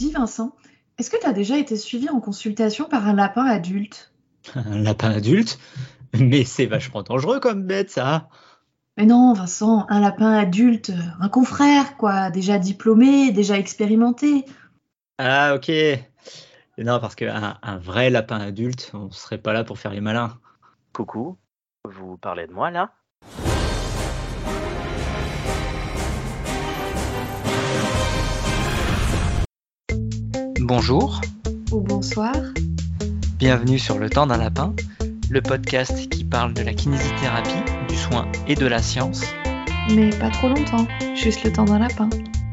Dis Vincent, est-ce que tu as déjà été suivi en consultation par un lapin adulte? Un lapin adulte? Mais c'est vachement dangereux comme bête, ça. Mais non, Vincent, un lapin adulte, un confrère, quoi, déjà diplômé, déjà expérimenté. Ah, ok. Non, parce qu'un vrai lapin adulte, on serait pas là pour faire les malins. Coucou, vous parlez de moi là? Bonjour, Ou bonsoir. bienvenue sur Le Temps d'un Lapin, le podcast qui parle de la kinésithérapie, du soin et de la science. Mais pas trop longtemps, juste le temps d'un lapin.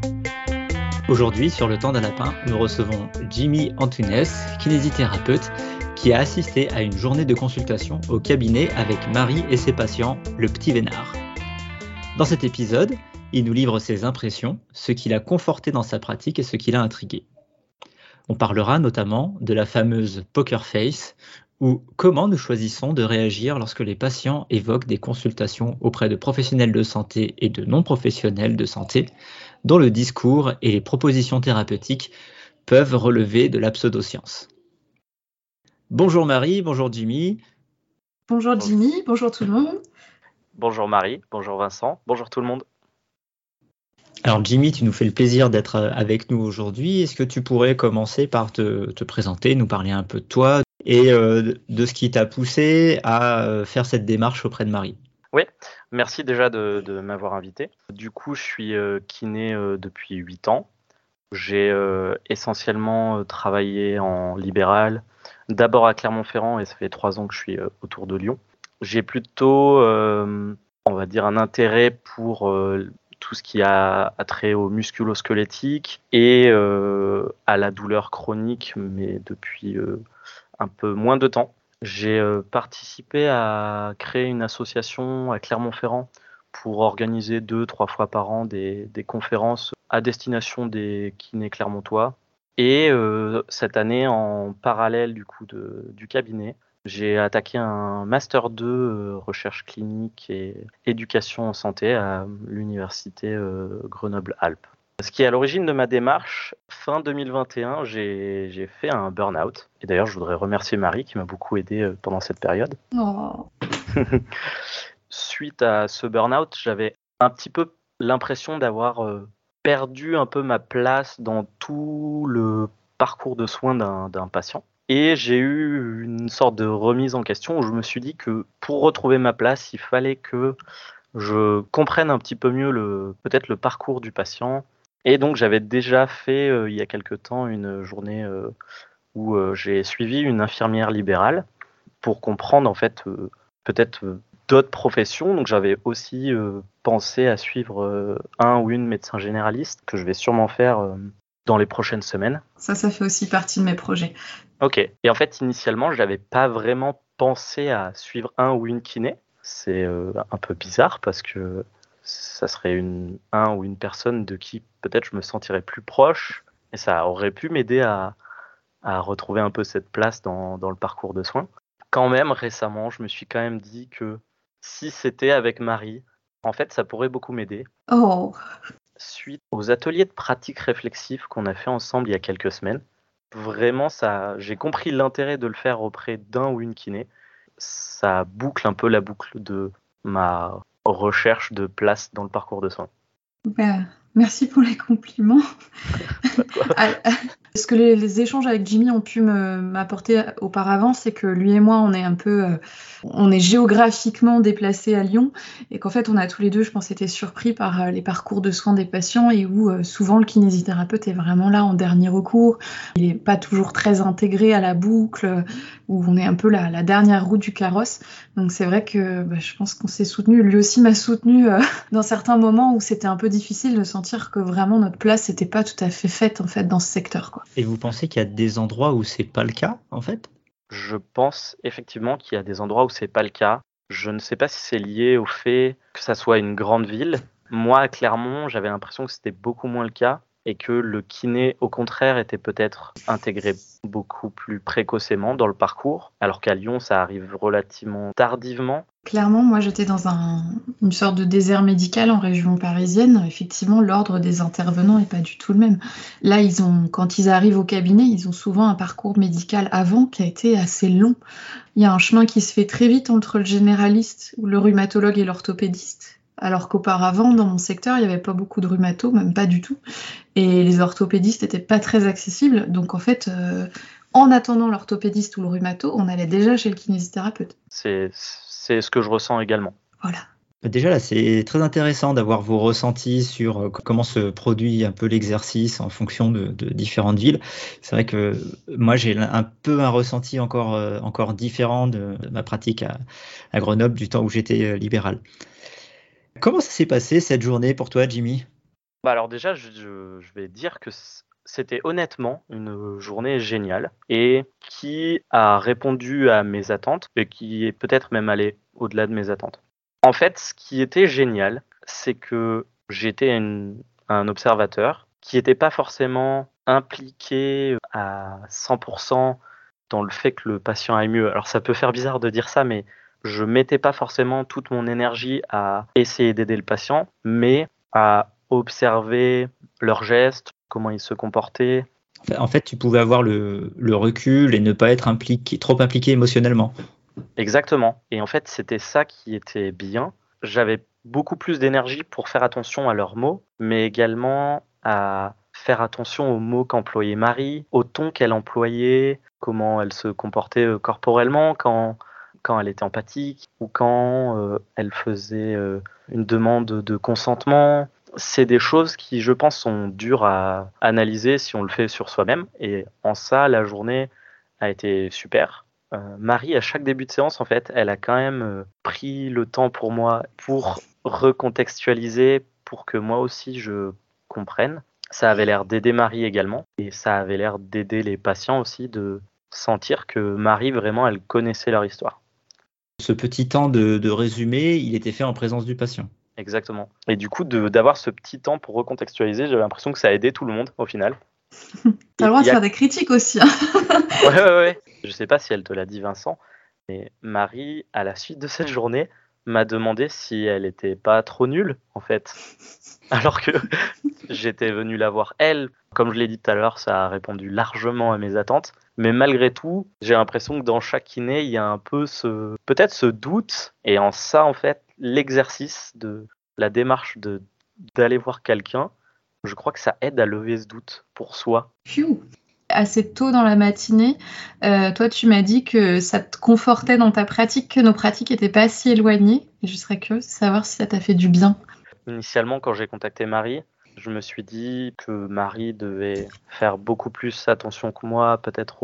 Aujourd'hui, sur Le Temps d'un Lapin, nous recevons Jimmy Antunes, kinésithérapeute, qui a assisté à une journée de consultation au cabinet avec Marie et ses patients, le petit Vénard. Dans cet épisode, il nous livre ses impressions, ce qui l'a conforté dans sa pratique et ce qui l'a intrigué. On parlera notamment de la fameuse poker face, ou comment nous choisissons de réagir lorsque les patients évoquent des consultations auprès de professionnels de santé et de non-professionnels de santé, dont le discours et les propositions thérapeutiques peuvent relever de la pseudoscience. Bonjour Marie, bonjour Jimmy. Bonjour Jimmy, bonjour tout le monde. Bonjour Marie, bonjour Vincent, bonjour tout le monde. Alors Jimmy, tu nous fais le plaisir d'être avec nous aujourd'hui. Est-ce que tu pourrais commencer par te présenter, nous parler un peu de toi et de ce qui t'a poussé à faire cette démarche auprès de Marie? Oui, merci déjà de m'avoir invité. Du coup, je suis kiné depuis 8 ans. J'ai essentiellement travaillé en libéral, d'abord à Clermont-Ferrand et ça fait 3 ans que je suis autour de Lyon. J'ai plutôt, on va dire, un intérêt pour tout ce qui a trait au musculo-squelettique et à la douleur chronique, mais depuis un peu moins de temps. J'ai participé à créer une association à Clermont-Ferrand pour organiser 2-3 fois par an des conférences à destination des kinés clermontois. Et cette année, en parallèle du cabinet, j'ai attaqué un Master 2 recherche clinique et éducation en santé à l'université Grenoble-Alpes. Ce qui est à l'origine de ma démarche, fin 2021, j'ai fait un burn-out. Et d'ailleurs, je voudrais remercier Marie qui m'a beaucoup aidé pendant cette période. Oh. Suite à ce burn-out, j'avais un petit peu l'impression d'avoir perdu un peu ma place dans tout le parcours de soins d'un patient. Et j'ai eu une sorte de remise en question où je me suis dit que pour retrouver ma place, il fallait que je comprenne un petit peu mieux peut-être le parcours du patient. Et donc j'avais déjà fait il y a quelque temps une journée où j'ai suivi une infirmière libérale pour comprendre en fait peut-être d'autres professions. Donc j'avais aussi pensé à suivre un ou une médecin généraliste que je vais sûrement faire dans les prochaines semaines. Ça fait aussi partie de mes projets. Ok. Et en fait, initialement, je n'avais pas vraiment pensé à suivre un ou une kiné. C'est un peu bizarre parce que ça serait un ou une personne de qui peut-être je me sentirais plus proche et ça aurait pu m'aider à retrouver un peu cette place dans le parcours de soins. Quand même, récemment, je me suis quand même dit que si c'était avec Marie, en fait, ça pourrait beaucoup m'aider. Oh. Suite aux ateliers de pratique réflexive qu'on a fait ensemble il y a quelques semaines, vraiment, j'ai compris l'intérêt de le faire auprès d'un ou une kiné. Ça boucle un peu la boucle de ma recherche de place dans le parcours de soins. Ben, merci pour les compliments. Pas de quoi. Ce que les échanges avec Jimmy ont pu m'apporter auparavant, c'est que lui et moi, on est géographiquement déplacés à Lyon et qu'en fait, on a tous les deux, je pense, été surpris par les parcours de soins des patients et où souvent le kinésithérapeute est vraiment là en dernier recours. Il n'est pas toujours très intégré à la boucle, où on est un peu la dernière roue du carrosse. Donc c'est vrai que je pense qu'on s'est soutenu. Lui aussi m'a soutenu dans certains moments où c'était un peu difficile de sentir que vraiment notre place n'était pas tout à fait faite en fait dans ce secteur, quoi. Et vous pensez qu'il y a des endroits où c'est pas le cas, en fait? Je pense effectivement qu'il y a des endroits où c'est pas le cas. Je ne sais pas si c'est lié au fait que ça soit une grande ville. Moi, à Clermont, j'avais l'impression que c'était beaucoup moins le cas. et que le kiné, au contraire, était peut-être intégré beaucoup plus précocement dans le parcours, alors qu'à Lyon, ça arrive relativement tardivement. Clairement, moi j'étais dans une sorte de désert médical en région parisienne. Effectivement, l'ordre des intervenants n'est pas du tout le même. Là, quand ils arrivent au cabinet, ils ont souvent un parcours médical avant qui a été assez long. Il y a un chemin qui se fait très vite entre le généraliste, ou le rhumatologue et l'orthopédiste. Alors qu'auparavant, dans mon secteur, il n'y avait pas beaucoup de rhumatos, même pas du tout. Et les orthopédistes n'étaient pas très accessibles. Donc en fait, en attendant l'orthopédiste ou le rhumato, on allait déjà chez le kinésithérapeute. C'est ce que je ressens également. Voilà. Déjà là, c'est très intéressant d'avoir vos ressentis sur comment se produit un peu l'exercice en fonction de différentes villes. C'est vrai que moi j'ai un peu un ressenti encore différent de ma pratique à Grenoble du temps où j'étais libéral. Comment ça s'est passé cette journée pour toi, Jimmy ? Alors déjà, je vais dire que c'était honnêtement une journée géniale et qui a répondu à mes attentes et qui est peut-être même allé au-delà de mes attentes. En fait, ce qui était génial, c'est que j'étais un observateur qui n'était pas forcément impliqué à 100% dans le fait que le patient aille mieux. Alors ça peut faire bizarre de dire ça, mais je mettais pas forcément toute mon énergie à essayer d'aider le patient, mais à observer leurs gestes, comment ils se comportaient. En fait, tu pouvais avoir le recul et ne pas être trop impliqué émotionnellement. Exactement. Et en fait, c'était ça qui était bien. J'avais beaucoup plus d'énergie pour faire attention à leurs mots, mais également à faire attention aux mots qu'employait Marie, au ton qu'elle employait, comment elle se comportait corporellement quand elle était empathique ou quand elle faisait une demande de consentement. C'est des choses qui, je pense, sont dures à analyser si on le fait sur soi-même. Et en ça, la journée a été super. Marie, à chaque début de séance, en fait, elle a quand même pris le temps pour moi pour recontextualiser, pour que moi aussi je comprenne. Ça avait l'air d'aider Marie également, et ça avait l'air d'aider les patients aussi de sentir que Marie, vraiment, elle connaissait leur histoire. Ce petit temps de résumé, il était fait en présence du patient. Exactement. Et du coup, d'avoir ce petit temps pour recontextualiser, j'avais l'impression que ça a aidé tout le monde au final. T'as le droit de faire des critiques aussi. Hein. Ouais. Je sais pas si elle te l'a dit, Vincent, mais Marie, à la suite de cette journée, m'a demandé si elle était pas trop nulle, en fait. Alors que j'étais venu la voir, elle. Comme je l'ai dit tout à l'heure, ça a répondu largement à mes attentes. Mais malgré tout, j'ai l'impression que dans chaque kiné, il y a un peu peut-être ce doute. Et en ça, en fait, l'exercice de la démarche d'aller voir quelqu'un, je crois que ça aide à lever ce doute pour soi. Phew. Assez tôt dans la matinée, toi tu m'as dit que ça te confortait dans ta pratique, que nos pratiques n'étaient pas si éloignées. Et je serais curieuse de savoir si ça t'a fait du bien. Initialement, quand j'ai contacté Marie, je me suis dit que Marie devait faire beaucoup plus attention que moi, peut-être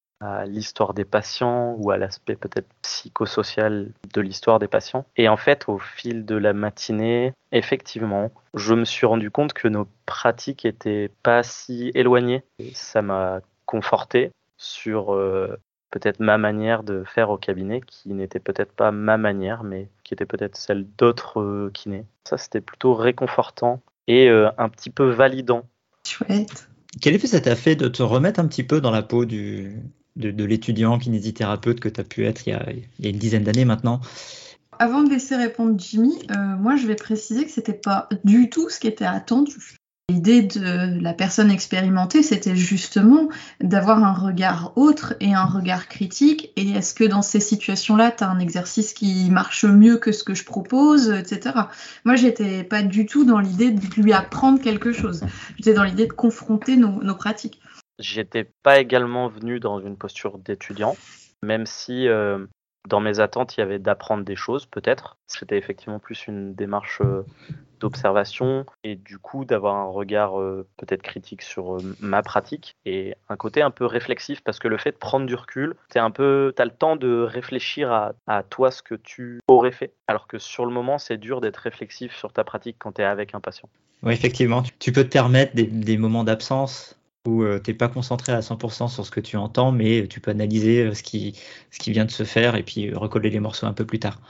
à l'histoire des patients ou à l'aspect peut-être psychosocial de l'histoire des patients. Et en fait, au fil de la matinée, effectivement, je me suis rendu compte que nos pratiques étaient pas si éloignées. Et ça m'a conforté sur peut-être ma manière de faire au cabinet, qui n'était peut-être pas ma manière, mais qui était peut-être celle d'autres kinés. Ça, c'était plutôt réconfortant et un petit peu validant. Chouette. Quel effet ça t'a fait de te remettre un petit peu dans la peau de l'étudiant kinésithérapeute que tu as pu être il y a une dizaine d'années maintenant? Avant de laisser répondre Jimmy, moi je vais préciser que c'était pas du tout ce qui était attendu. L'idée de la personne expérimentée, c'était justement d'avoir un regard autre et un regard critique. Et est-ce que dans ces situations-là, tu as un exercice qui marche mieux que ce que je propose, etc. Moi, j'étais pas du tout dans l'idée de lui apprendre quelque chose. J'étais dans l'idée de confronter nos pratiques. J'étais pas également venu dans une posture d'étudiant, même si dans mes attentes, il y avait d'apprendre des choses, peut-être. C'était effectivement plus une démarche d'observation et du coup d'avoir un regard peut-être critique sur ma pratique et un côté un peu réflexif parce que le fait de prendre du recul, t'as le temps de réfléchir à toi ce que tu aurais fait, alors que sur le moment, c'est dur d'être réflexif sur ta pratique quand t'es avec un patient. Oui, effectivement. Tu peux te permettre des moments d'absence où tu n'es pas concentré à 100% sur ce que tu entends, mais tu peux analyser ce qui vient de se faire et puis recoller les morceaux un peu plus tard.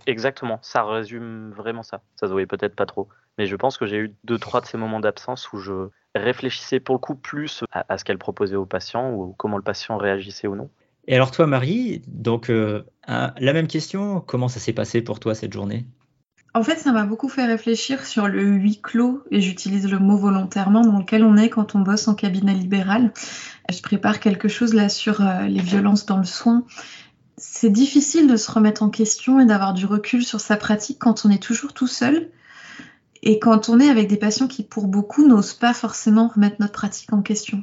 Exactement, ça résume vraiment ça. Ça se voyait peut-être pas trop. Mais je pense que j'ai eu 2-3 de ces moments d'absence où je réfléchissais pour le coup plus à ce qu'elle proposait au patient ou comment le patient réagissait ou non. Et alors toi, Marie, donc la même question, comment ça s'est passé pour toi cette journée? En fait, ça m'a beaucoup fait réfléchir sur le huis clos, et j'utilise le mot volontairement, dans lequel on est quand on bosse en cabinet libéral. Je prépare quelque chose là sur les violences dans le soin. C'est difficile de se remettre en question et d'avoir du recul sur sa pratique quand on est toujours tout seul et quand on est avec des patients qui, pour beaucoup, n'osent pas forcément remettre notre pratique en question.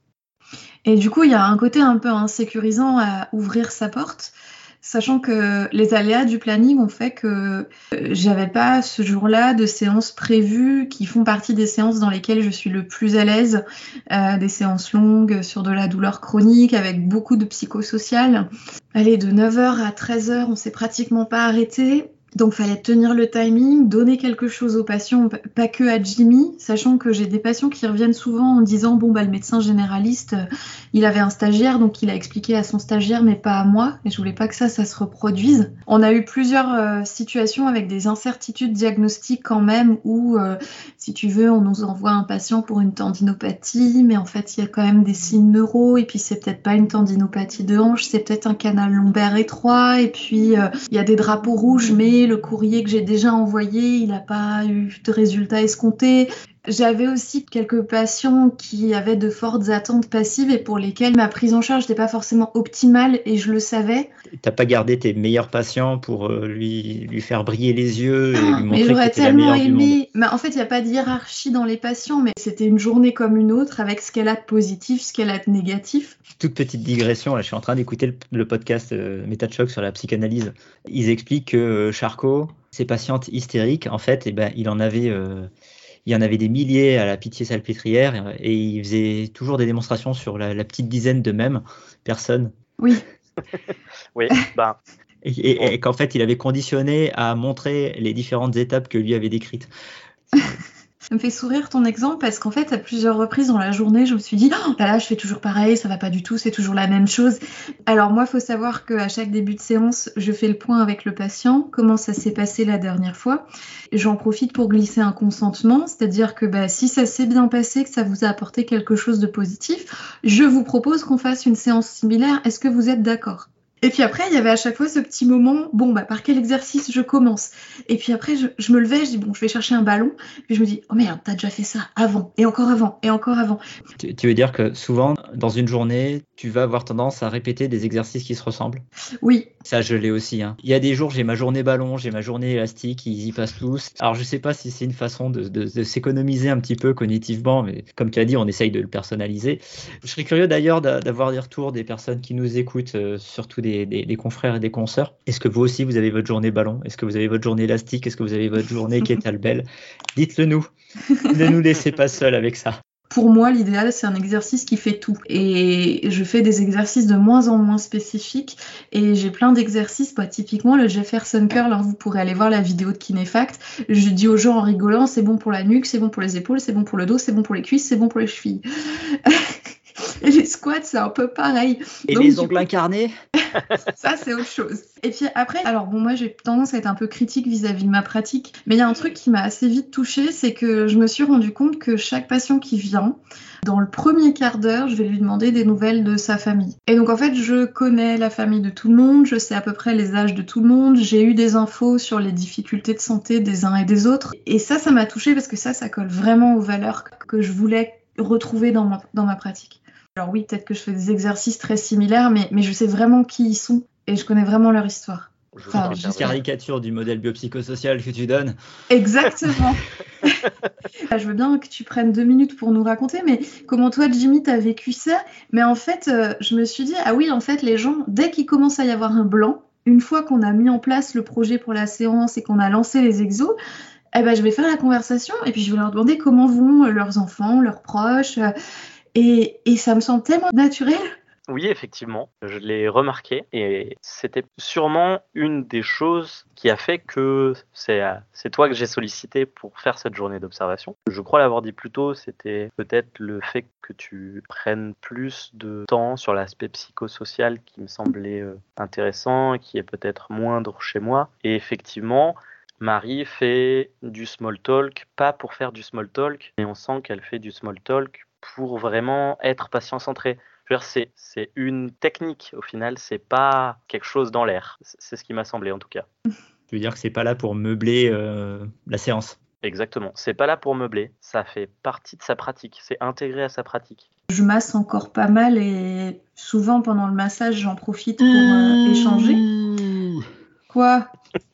Et du coup, il y a un côté un peu insécurisant à ouvrir sa porte, sachant que les aléas du planning ont fait que j'avais pas ce jour-là de séances prévues qui font partie des séances dans lesquelles je suis le plus à l'aise, des séances longues sur de la douleur chronique avec beaucoup de psychosocial. Allez, de 9h à 13h, on s'est pratiquement pas arrêté. Donc, fallait tenir le timing, donner quelque chose aux patients, pas que à Jimmy, sachant que j'ai des patients qui reviennent souvent en disant « Bon, le médecin généraliste, il avait un stagiaire, donc il a expliqué à son stagiaire, mais pas à moi. » Et je voulais pas que ça se reproduise. On a eu plusieurs situations avec des incertitudes diagnostiques quand même, où, si tu veux, on nous envoie un patient pour une tendinopathie, mais en fait, il y a quand même des signes neuro, et puis c'est peut-être pas une tendinopathie de hanche, c'est peut-être un canal lombaire étroit, et puis il y a des drapeaux rouges, mais le courrier que j'ai déjà envoyé, il n'a pas eu de résultats escomptés. J'avais aussi quelques patients qui avaient de fortes attentes passives et pour lesquels ma prise en charge n'était pas forcément optimale et je le savais. T'as pas gardé tes meilleurs patients pour lui faire briller les yeux et lui montrer mais j'aurais que t'étais la meilleure du monde. Mais en fait, il n'y a pas de hiérarchie dans les patients, mais c'était une journée comme une autre avec ce qu'elle a de positif, ce qu'elle a de négatif. Toute petite digression, là, je suis en train d'écouter le podcast Méta de choc sur la psychanalyse. Ils expliquent que Charcot, ses patientes hystériques, en fait, il y en avait des milliers à la Pitié-Salpêtrière et il faisait toujours des démonstrations sur la petite dizaine de mêmes personnes. Oui. Oui, Et qu'en fait, il avait conditionné à montrer les différentes étapes que lui avait décrites. Ça me fait sourire ton exemple parce qu'en fait, à plusieurs reprises dans la journée, je me suis dit « Oh là, je fais toujours pareil, ça va pas du tout, c'est toujours la même chose. » Alors moi, il faut savoir qu'à chaque début de séance, je fais le point avec le patient, comment ça s'est passé la dernière fois. J'en profite pour glisser un consentement, c'est-à-dire que si ça s'est bien passé, que ça vous a apporté quelque chose de positif, je vous propose qu'on fasse une séance similaire. Est-ce que vous êtes d'accord ? Et puis après, il y avait à chaque fois ce petit moment, par quel exercice je commence ? Et puis après, je me levais, je dis, je vais chercher un ballon. Puis je me dis, oh merde, t'as déjà fait ça avant, et encore avant, et encore avant. Tu veux dire que souvent, dans une journée, tu vas avoir tendance à répéter des exercices qui se ressemblent ? Oui. Ça, je l'ai aussi. Il y a des jours, j'ai ma journée ballon, j'ai ma journée élastique, ils y passent tous. Alors, je sais pas si c'est une façon de s'économiser un petit peu cognitivement, mais comme tu as dit, on essaye de le personnaliser. Je serais curieux d'ailleurs d'avoir des retours des personnes qui nous écoutent, surtout des confrères et des consoeurs. Est-ce que vous aussi, vous avez votre journée ballon ? Est-ce que vous avez votre journée élastique ? Est-ce que vous avez votre journée kettlebell ? Dites-le nous. Ne nous laissez pas seuls avec ça. Pour moi, l'idéal, c'est un exercice qui fait tout. Et je fais des exercices de moins en moins spécifiques. Et j'ai plein d'exercices. Typiquement, le Jefferson Curl, vous pourrez aller voir la vidéo de Kinefact. Je dis aux gens en rigolant, c'est bon pour la nuque, c'est bon pour les épaules, c'est bon pour le dos, c'est bon pour les cuisses, c'est bon pour les chevilles. Et les squats, c'est un peu pareil. Et donc, les ongles incarnés ? Ça, c'est autre chose. Et puis après, moi, j'ai tendance à être un peu critique vis-à-vis de ma pratique. Mais il y a un truc qui m'a assez vite touchée, c'est que je me suis rendu compte que chaque patient qui vient, dans le premier quart d'heure, je vais lui demander des nouvelles de sa famille. Et donc, en fait, je connais la famille de tout le monde, je sais à peu près les âges de tout le monde, j'ai eu des infos sur les difficultés de santé des uns et des autres. Et ça m'a touchée parce que ça colle vraiment aux valeurs que je voulais retrouver dans ma pratique. Alors oui, peut-être que je fais des exercices très similaires, mais je sais vraiment qui ils sont et je connais vraiment leur histoire. Une caricature du modèle biopsychosocial que tu donnes. Exactement. Je veux bien que tu prennes 2 minutes pour nous raconter, mais comment toi, Jimmy, t'as vécu ça ? Mais en fait, je me suis dit, ah oui, en fait, les gens, dès qu'il commence à y avoir un blanc, une fois qu'on a mis en place le projet pour la séance et qu'on a lancé les exos, je vais faire la conversation et puis je vais leur demander comment vont leurs enfants, leurs proches... Et ça me semble tellement naturel Oui, effectivement, je l'ai remarqué et c'était sûrement une des choses qui a fait que c'est toi que j'ai sollicité pour faire cette journée d'observation. Je crois l'avoir dit plus tôt, c'était peut-être le fait que tu prennes plus de temps sur l'aspect psychosocial qui me semblait intéressant et qui est peut-être moindre chez moi. Et effectivement, Marie fait du small talk, pas pour faire du small talk, mais on sent qu'elle fait du small talk pour vraiment être patient-centré. Je veux dire, c'est une technique au final, c'est pas quelque chose dans l'air. C'est ce qui m'a semblé en tout cas. Tu veux dire que c'est pas là pour meubler la séance? Exactement. C'est pas là pour meubler, ça fait partie de sa pratique, c'est intégré à sa pratique. Je masse encore pas mal et souvent pendant le massage, j'en profite pour échanger. Quoi ?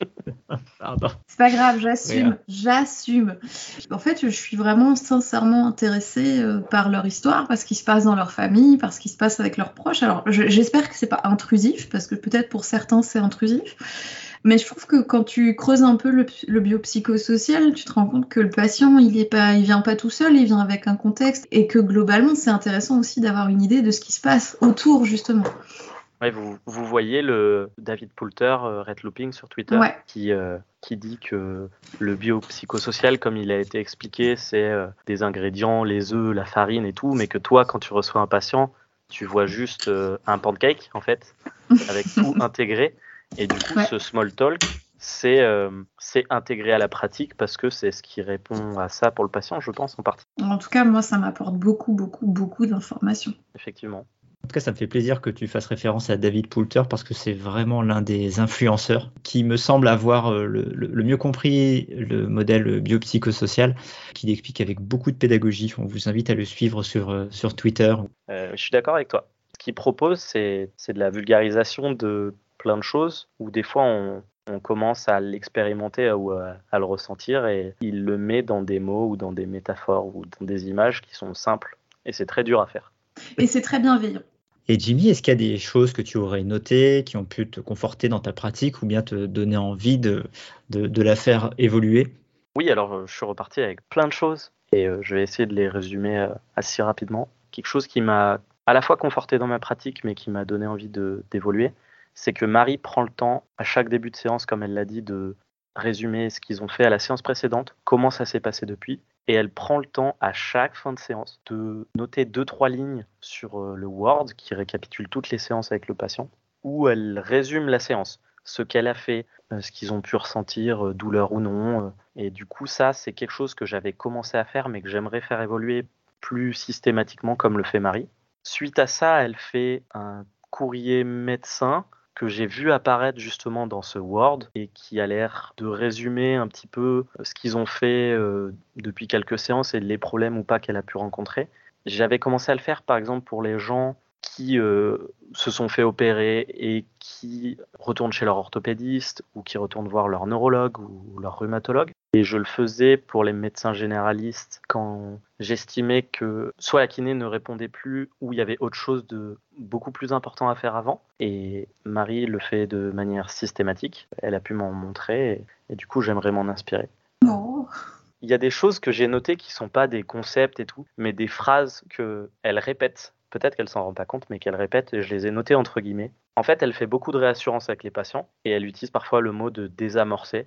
Pardon. C'est pas grave, j'assume, Ouais. j'assume. En fait, je suis vraiment sincèrement intéressée par leur histoire, par ce qui se passe dans leur famille, par ce qui se passe avec leurs proches. Alors, j'espère que c'est pas intrusif, parce que peut-être pour certains c'est intrusif. Mais je trouve que quand tu creuses un peu le biopsychosocial, tu te rends compte que le patient, il vient pas tout seul, il vient avec un contexte, et que globalement, c'est intéressant aussi d'avoir une idée de ce qui se passe autour, justement. Ouais, vous voyez le David Poulter, Red Looping sur Twitter, Ouais. qui dit que le biopsychosocial, comme il a été expliqué, c'est des ingrédients, les œufs, la farine et tout, mais que toi, quand tu reçois un patient, tu vois juste un pancake, en fait, avec tout intégré. Et du coup, ce small talk, c'est intégré à la pratique parce que c'est ce qui répond à ça pour le patient, je pense, en partie. En tout cas, moi, ça m'apporte beaucoup, beaucoup, beaucoup d'informations. Effectivement. En tout cas, ça me fait plaisir que tu fasses référence à David Poulter parce que c'est vraiment l'un des influenceurs qui me semble avoir le mieux compris le modèle biopsychosocial, qu'il explique avec beaucoup de pédagogie. On vous invite à le suivre sur Twitter. Je suis d'accord avec toi. Ce qu'il propose, c'est de la vulgarisation de plein de choses où des fois on commence à l'expérimenter ou à le ressentir et il le met dans des mots ou dans des métaphores ou dans des images qui sont simples et c'est très dur à faire. Et c'est très bienveillant. Et Jimmy, est-ce qu'il y a des choses que tu aurais notées, qui ont pu te conforter dans ta pratique ou bien te donner envie de la faire évoluer? Oui, alors je suis reparti avec plein de choses et je vais essayer de les résumer assez rapidement. Quelque chose qui m'a à la fois conforté dans ma pratique mais qui m'a donné envie d'évoluer, c'est que Marie prend le temps à chaque début de séance, comme elle l'a dit, de résumer ce qu'ils ont fait à la séance précédente, comment ça s'est passé depuis. Et elle prend le temps à chaque fin de séance de noter 2-3 lignes sur le Word qui récapitule toutes les séances avec le patient, où elle résume la séance, ce qu'elle a fait, ce qu'ils ont pu ressentir, douleur ou non. Et du coup, ça, c'est quelque chose que j'avais commencé à faire, mais que j'aimerais faire évoluer plus systématiquement comme le fait Marie. Suite à ça, elle fait un courrier médecin que j'ai vu apparaître justement dans ce Word et qui a l'air de résumer un petit peu ce qu'ils ont fait depuis quelques séances et les problèmes ou pas qu'elle a pu rencontrer. J'avais commencé à le faire par exemple pour les gens qui se sont fait opérer et qui retournent chez leur orthopédiste ou qui retournent voir leur neurologue ou leur rhumatologue. Et je le faisais pour les médecins généralistes quand j'estimais que soit la kiné ne répondait plus ou il y avait autre chose de beaucoup plus important à faire avant. Et Marie le fait de manière systématique. Elle a pu m'en montrer et du coup j'aimerais m'en inspirer. Oh. Il y a des choses que j'ai notées qui ne sont pas des concepts et tout, mais des phrases qu'elle répète. Peut-être qu'elle s'en rend pas compte, mais qu'elle répète, et je les ai notées entre guillemets. En fait, elle fait beaucoup de réassurance avec les patients, et elle utilise parfois le mot de désamorcer.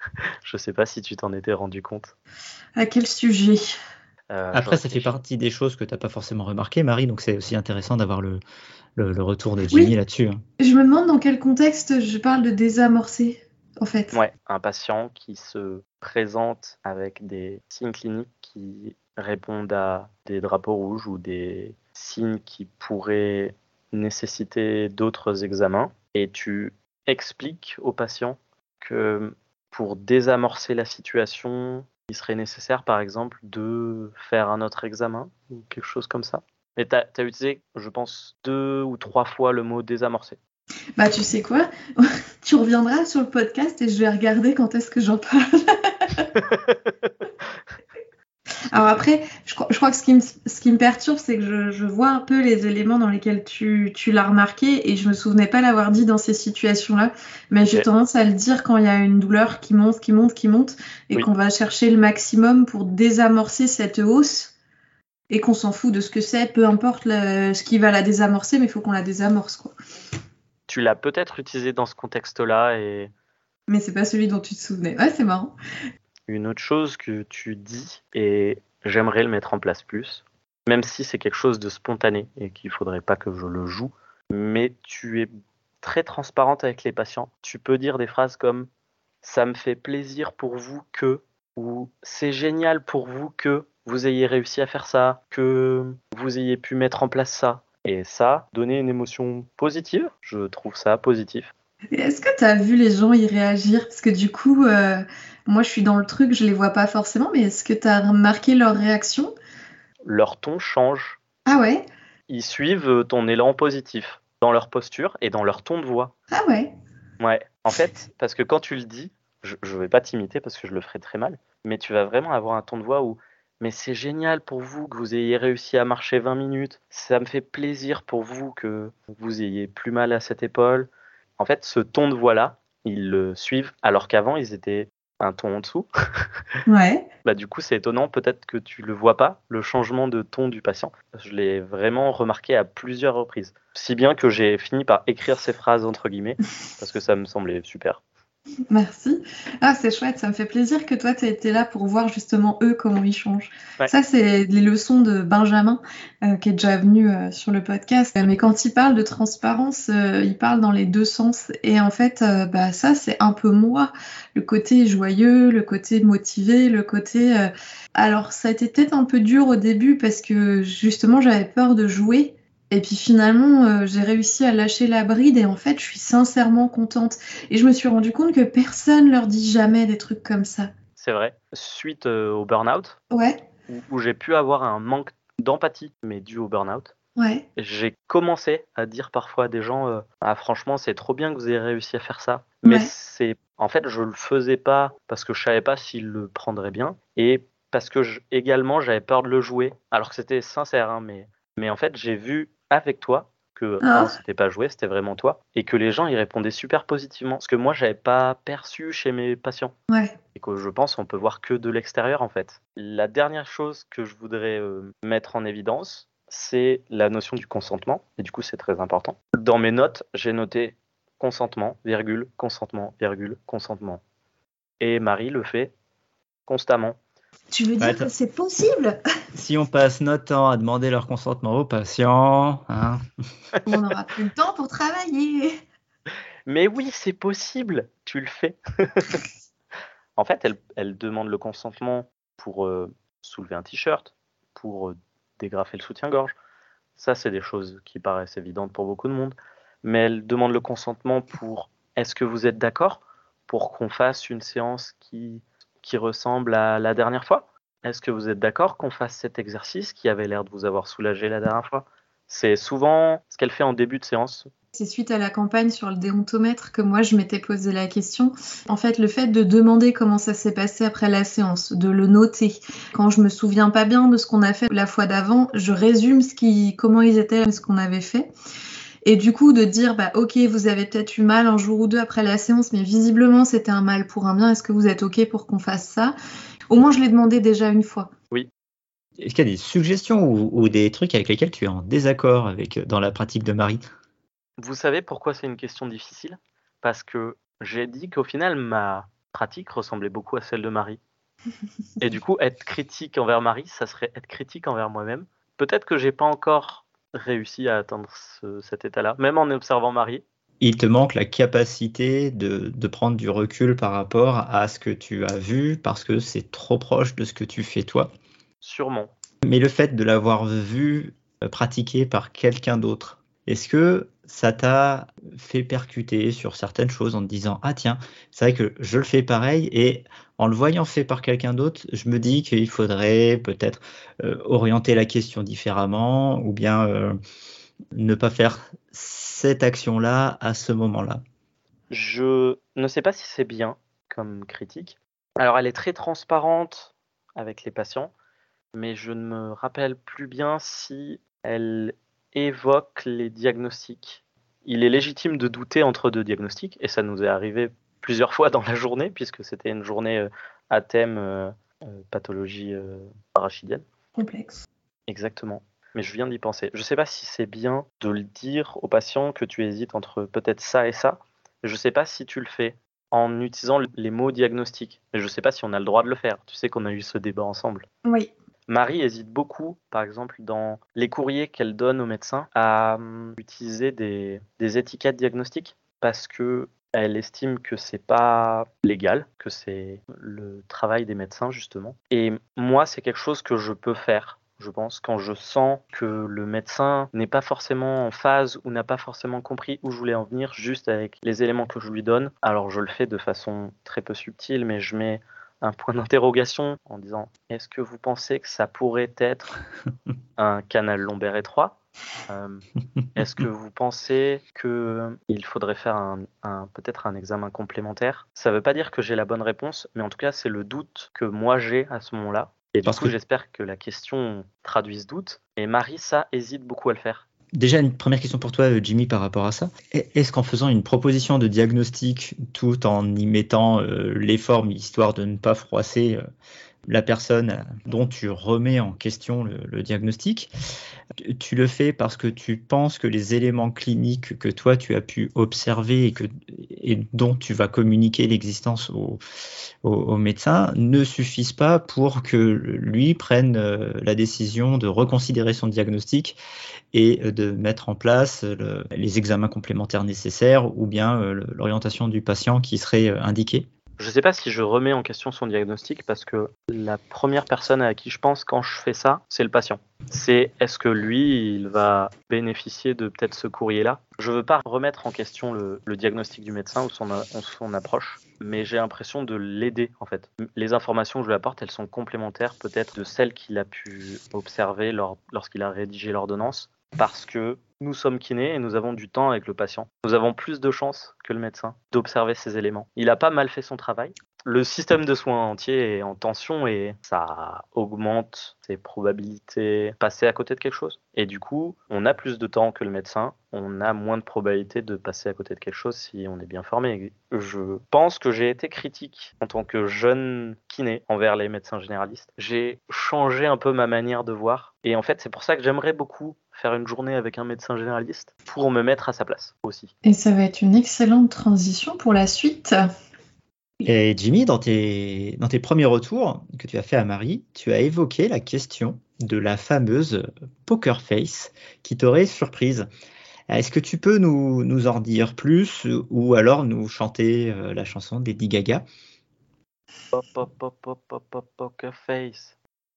Je sais pas si tu t'en étais rendu compte. À quel sujet ? Après, ça fait partie des choses que tu n'as pas forcément remarquées, Marie, donc c'est aussi intéressant d'avoir le retour de Jimmy là-dessus. Hein. Je me demande dans quel contexte je parle de désamorcer, en fait. Ouais, un patient qui se présente avec des signes cliniques qui répondent à des drapeaux rouges ou des signes qui pourraient nécessiter d'autres examens. Et tu expliques au patient que pour désamorcer la situation, il serait nécessaire, par exemple, de faire un autre examen ou quelque chose comme ça. Mais tu as utilisé, je pense, 2 ou 3 fois le mot désamorcer. Bah, tu sais quoi ? Tu reviendras sur le podcast et je vais regarder quand est-ce que j'en parle. Alors après, je crois que ce qui me perturbe, c'est que je vois un peu les éléments dans lesquels tu l'as remarqué et je me souvenais pas l'avoir dit dans ces situations-là. Mais j'ai tendance à le dire quand il y a une douleur qui monte et qu'on va chercher le maximum pour désamorcer cette hausse et qu'on s'en fout de ce que c'est, peu importe ce qui va la désamorcer, mais il faut qu'on la désamorce, quoi. Tu l'as peut-être utilisé dans ce contexte-là et Mais c'est pas celui dont tu te souvenais. Ouais, c'est marrant. une autre chose que tu dis, et j'aimerais le mettre en place plus, même si c'est quelque chose de spontané et qu'il faudrait pas que je le joue, mais tu es très transparente avec les patients. Tu peux dire des phrases comme « ça me fait plaisir pour vous que » ou « c'est génial pour vous que vous ayez réussi à faire ça, que vous ayez pu mettre en place ça ». Et ça, donner une émotion positive, je trouve ça positif. Et est-ce que tu as vu les gens y réagir? Parce que du coup, moi je suis dans le truc, je les vois pas forcément, mais est-ce que tu as remarqué leur réaction? Leur ton change. Ah ouais? Ils suivent ton élan positif dans leur posture et dans leur ton de voix. Ah ouais? Ouais, en fait, parce que quand tu le dis, je vais pas t'imiter parce que je le ferai très mal, mais tu vas vraiment avoir un ton de voix où mais c'est génial pour vous que vous ayez réussi à marcher 20 minutes. Ça me fait plaisir pour vous que vous ayez plus mal à cette épaule. En fait, ce ton de voix-là, ils le suivent, alors qu'avant, ils étaient un ton en dessous. Ouais. Bah, du coup, c'est étonnant, peut-être que tu le vois pas, le changement de ton du patient. Je l'ai vraiment remarqué à plusieurs reprises. Si bien que j'ai fini par écrire ces phrases entre guillemets, parce que ça me semblait super. Merci. Ah, c'est chouette, ça me fait plaisir que toi, tu aies été là pour voir justement eux comment ils changent. Ouais. Ça, c'est les leçons de Benjamin, qui est déjà venu sur le podcast. Mais quand il parle de transparence, il parle dans les deux sens. Et en fait, bah, ça, c'est un peu moi. Le côté joyeux, le côté motivé, le côté... Alors, ça a été peut-être un peu dur au début parce que justement, j'avais peur de jouer. Et puis finalement, j'ai réussi à lâcher la bride et en fait, je suis sincèrement contente. Et je me suis rendu compte que personne leur dit jamais des trucs comme ça. C'est vrai. Suite au burn-out, Ouais, où j'ai pu avoir un manque d'empathie, mais dû au burn-out, ouais, j'ai commencé à dire parfois à des gens ah, franchement, c'est trop bien que vous ayez réussi à faire ça. Mais ouais. en fait, je le faisais pas parce que je savais pas s'ils le prendraient bien et parce que également j'avais peur de le jouer. Alors que c'était sincère, hein, mais en fait, j'ai vu avec toi que Ah, c'était pas joué, c'était vraiment toi, et que les gens y répondaient super positivement, ce que moi j'avais pas perçu chez mes patients. ouais. Et que je pense on peut voir que de l'extérieur en fait. La dernière chose que je voudrais mettre en évidence, c'est la notion du consentement, et du coup c'est très important. Dans mes notes, j'ai noté consentement, virgule, consentement, virgule, consentement. Et Marie le fait constamment. Tu veux dire que c'est possible? Si on passe notre temps à demander leur consentement aux patients, hein. On n'aura plus le temps pour travailler. Mais oui, c'est possible, tu le fais. En fait, elle demande le consentement pour soulever un t-shirt, pour dégrafer le soutien-gorge. Ça, c'est des choses qui paraissent évidentes pour beaucoup de monde. Mais elle demande le consentement pour est-ce que vous êtes d'accord pour qu'on fasse une séance qui ressemble à la dernière fois? Est-ce que vous êtes d'accord qu'on fasse cet exercice qui avait l'air de vous avoir soulagé la dernière fois? C'est souvent ce qu'elle fait en début de séance. C'est suite à la campagne sur le déontomètre que moi je m'étais posé la question. En fait, le fait de demander comment ça s'est passé après la séance, de le noter. Quand je me souviens pas bien de ce qu'on a fait la fois d'avant, je résume comment ils étaient, ce qu'on avait fait. Et du coup, de dire, bah, ok, vous avez peut-être eu mal un jour ou deux après la séance, mais visiblement c'était un mal pour un bien. Est-ce que vous êtes ok pour qu'on fasse ça? Au moins, je l'ai demandé déjà une fois. Oui. Est-ce qu'il y a des suggestions ou des trucs avec lesquels tu es en désaccord dans la pratique de Marie? Vous savez pourquoi c'est une question difficile? Parce que j'ai dit qu'au final, ma pratique ressemblait beaucoup à celle de Marie. Et du coup, être critique envers Marie, ça serait être critique envers moi-même. Peut-être que j'ai pas encore réussi à atteindre cet état-là, même en observant Marie. Il te manque la capacité de prendre du recul par rapport à ce que tu as vu parce que c'est trop proche de ce que tu fais toi. Sûrement. Mais le fait de l'avoir vu pratiquer par quelqu'un d'autre, est-ce que ça t'a fait percuter sur certaines choses en te disant « Ah tiens, c'est vrai que je le fais pareil et en le voyant fait par quelqu'un d'autre, je me dis qu'il faudrait peut-être orienter la question différemment ou bien ne pas faire cette action-là à ce moment-là. » Je ne sais pas si c'est bien comme critique. Alors, elle est très transparente avec les patients, mais je ne me rappelle plus bien si elle évoque les diagnostics. Il est légitime de douter entre deux diagnostics, et ça nous est arrivé plusieurs fois dans la journée, puisque c'était une journée à thème pathologie parachidienne. Complexe. exactement. Mais je viens d'y penser. Je sais pas si c'est bien de le dire au patient que tu hésites entre peut-être ça et ça. Je sais pas si tu le fais en utilisant les mots diagnostic. Mais je sais pas si on a le droit de le faire. Tu sais qu'on a eu ce débat ensemble. Oui. Marie hésite beaucoup, par exemple, dans les courriers qu'elle donne aux médecins, à utiliser des étiquettes diagnostiques parce que elle estime que c'est pas légal, que c'est le travail des médecins justement. Et moi, c'est quelque chose que je peux faire, je pense, quand je sens que le médecin n'est pas forcément en phase ou n'a pas forcément compris où je voulais en venir juste avec les éléments que je lui donne. Alors je le fais de façon très peu subtile, mais je mets un point d'interrogation en disant est-ce que vous pensez que ça pourrait être un canal lombaire étroit ? Est-ce que vous pensez qu'il faudrait faire peut-être un examen complémentaire ? Ça ne veut pas dire que j'ai la bonne réponse, mais en tout cas, c'est le doute que moi j'ai à ce moment-là. Et du coup, j'espère que la question traduit ce doute. Et Marie, ça, hésite beaucoup à le faire. Déjà, une première question pour toi, Jimmy, par rapport à ça. Est-ce qu'en faisant une proposition de diagnostic tout en y mettant les formes, histoire de ne pas froisser la personne dont tu remets en question le diagnostic, tu le fais parce que tu penses que les éléments cliniques que toi tu as pu observer et dont tu vas communiquer l'existence au médecin ne suffisent pas pour que lui prenne la décision de reconsidérer son diagnostic et de mettre en place les examens complémentaires nécessaires ou bien l'orientation du patient qui serait indiquée? Je ne sais pas si je remets en question son diagnostic parce que la première personne à qui je pense quand je fais ça, c'est le patient. C'est est-ce que lui, il va bénéficier de peut-être ce courrier-là ? Je ne veux pas remettre en question le diagnostic du médecin ou son approche, mais j'ai l'impression de l'aider en fait. Les informations que je lui apporte, elles sont complémentaires peut-être de celles qu'il a pu observer lorsqu'il a rédigé l'ordonnance. Parce que nous sommes kinés et nous avons du temps avec le patient. Nous avons plus de chances que le médecin d'observer ces éléments. Il a pas mal fait son travail. Le système de soins entier est en tension et ça augmente ses probabilités de passer à côté de quelque chose. Et du coup, on a plus de temps que le médecin, on a moins de probabilité de passer à côté de quelque chose si on est bien formé. Je pense que j'ai été critique en tant que jeune kiné envers les médecins généralistes. J'ai changé un peu ma manière de voir. Et en fait, c'est pour ça que j'aimerais beaucoup faire une journée avec un médecin généraliste pour me mettre à sa place aussi. Et ça va être une excellente transition pour la suite. Et Jimmy, dans tes premiers retours que tu as fait à Marie, tu as évoqué la question de la fameuse poker face qui t'aurait surprise. Est-ce que tu peux nous en dire plus ou alors nous chanter la chanson d'Eddie Gaga ? Poker face.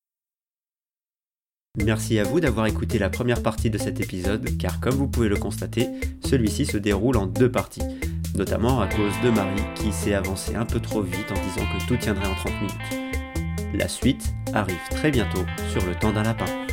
Merci à vous d'avoir écouté la première partie de cet épisode, car comme vous pouvez le constater, celui-ci se déroule en 2 parties, notamment à cause de Marie qui s'est avancée un peu trop vite en disant que tout tiendrait en 30 minutes. La suite arrive très bientôt sur Le Temps d'un Lapin.